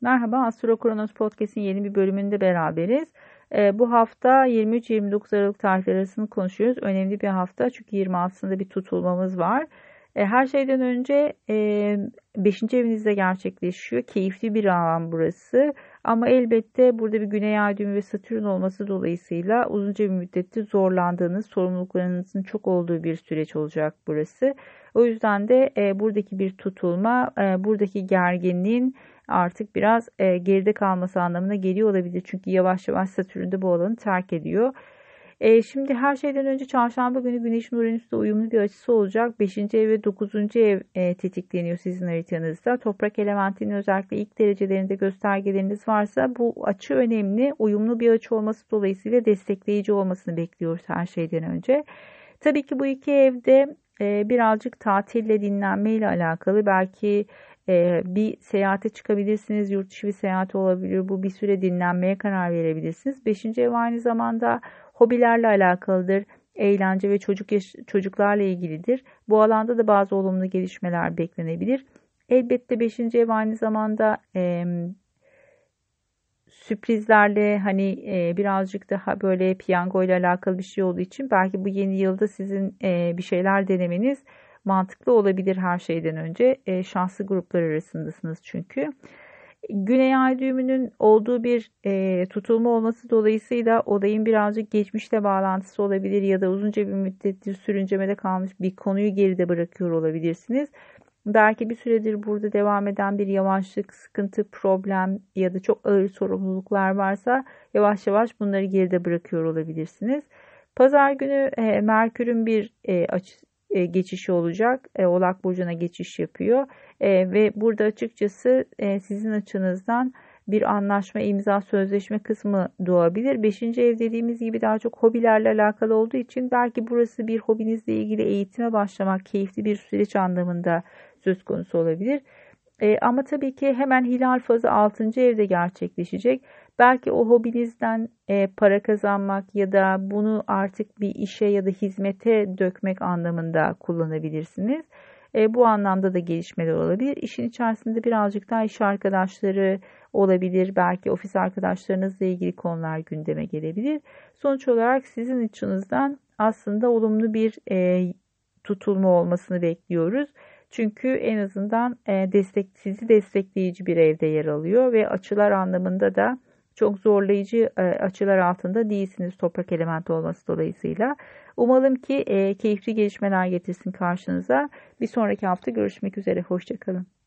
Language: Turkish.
Merhaba, Astro Kronos Podcast'in yeni bir bölümünde beraberiz. Bu hafta 23-29 Aralık tarihleri arasını konuşuyoruz. Önemli bir hafta çünkü 26'sında bir tutulmamız var. Her şeyden önce 5. evinizde gerçekleşiyor. Keyifli bir alan burası. Ama elbette burada bir Güney Ay düğümü ve Satürn olması dolayısıyla uzunca bir müddettir zorlandığınız, sorumluluklarınızın çok olduğu bir süreç olacak burası. O yüzden de buradaki bir tutulma, buradaki gerginliğin artık biraz geride kalması anlamına geliyor olabilir. Çünkü yavaş yavaş Satürn de bu alanı terk ediyor. Şimdi her şeyden önce çarşamba günü Güneş'in Uranüs'te uyumlu bir açısı olacak. 5. ev ve 9. ev tetikleniyor sizin haritanızda. Toprak elementinin özellikle ilk derecelerinde göstergeleriniz varsa bu açı önemli. Uyumlu bir açı olması dolayısıyla destekleyici olmasını bekliyoruz her şeyden önce. Tabii ki bu iki evde birazcık tatille, dinlenmeyle alakalı. Belki bir seyahate çıkabilirsiniz. Yurt dışı bir seyahat olabilir. Bu bir süre dinlenmeye karar verebilirsiniz. 5. ev aynı zamanda hobilerle alakalıdır. Eğlence ve çocuklarla ilgilidir. Bu alanda da bazı olumlu gelişmeler beklenebilir. Elbette 5. ev aynı zamanda sürprizlerle hani birazcık daha böyle piyango ile alakalı bir şey olduğu için belki bu yeni yılda sizin bir şeyler denemeniz mantıklı olabilir her şeyden önce. Şanslı gruplar arasındasınız çünkü. Güney Ay düğümünün olduğu bir tutulma olması dolayısıyla olayın birazcık geçmişle bağlantısı olabilir ya da uzunca bir müddettir sürüncemede kalmış bir konuyu geride bırakıyor olabilirsiniz. Belki bir süredir burada devam eden bir yavaşlık, sıkıntı, problem ya da çok ağır sorumluluklar varsa yavaş yavaş bunları geride bırakıyor olabilirsiniz. Pazar günü Merkür'ün bir geçişi olacak. Oğlak Burcu'na geçiş yapıyor. Ve burada açıkçası sizin açınızdan bir anlaşma, imza, sözleşme kısmı doğabilir. 5. ev dediğimiz gibi daha çok hobilerle alakalı olduğu için belki burası bir hobinizle ilgili eğitime başlamak, keyifli bir süreç anlamında söz konusu olabilir. Ama tabii ki hemen hilal fazı 6. evde gerçekleşecek. Belki o hobinizden para kazanmak ya da bunu artık bir işe ya da hizmete dökmek anlamında kullanabilirsiniz. Bu anlamda da gelişmeler olabilir. İşin içerisinde birazcık daha iş arkadaşları olabilir. Belki ofis arkadaşlarınızla ilgili konular gündeme gelebilir. Sonuç olarak sizin açınızdan aslında olumlu bir tutulma olmasını bekliyoruz. Çünkü en azından sizi destekleyici bir evde yer alıyor ve açılar anlamında da çok zorlayıcı açılar altında değilsiniz toprak elementi olması dolayısıyla. Umalım ki keyifli gelişmeler getirsin karşınıza. Bir sonraki hafta görüşmek üzere. Hoşça kalın.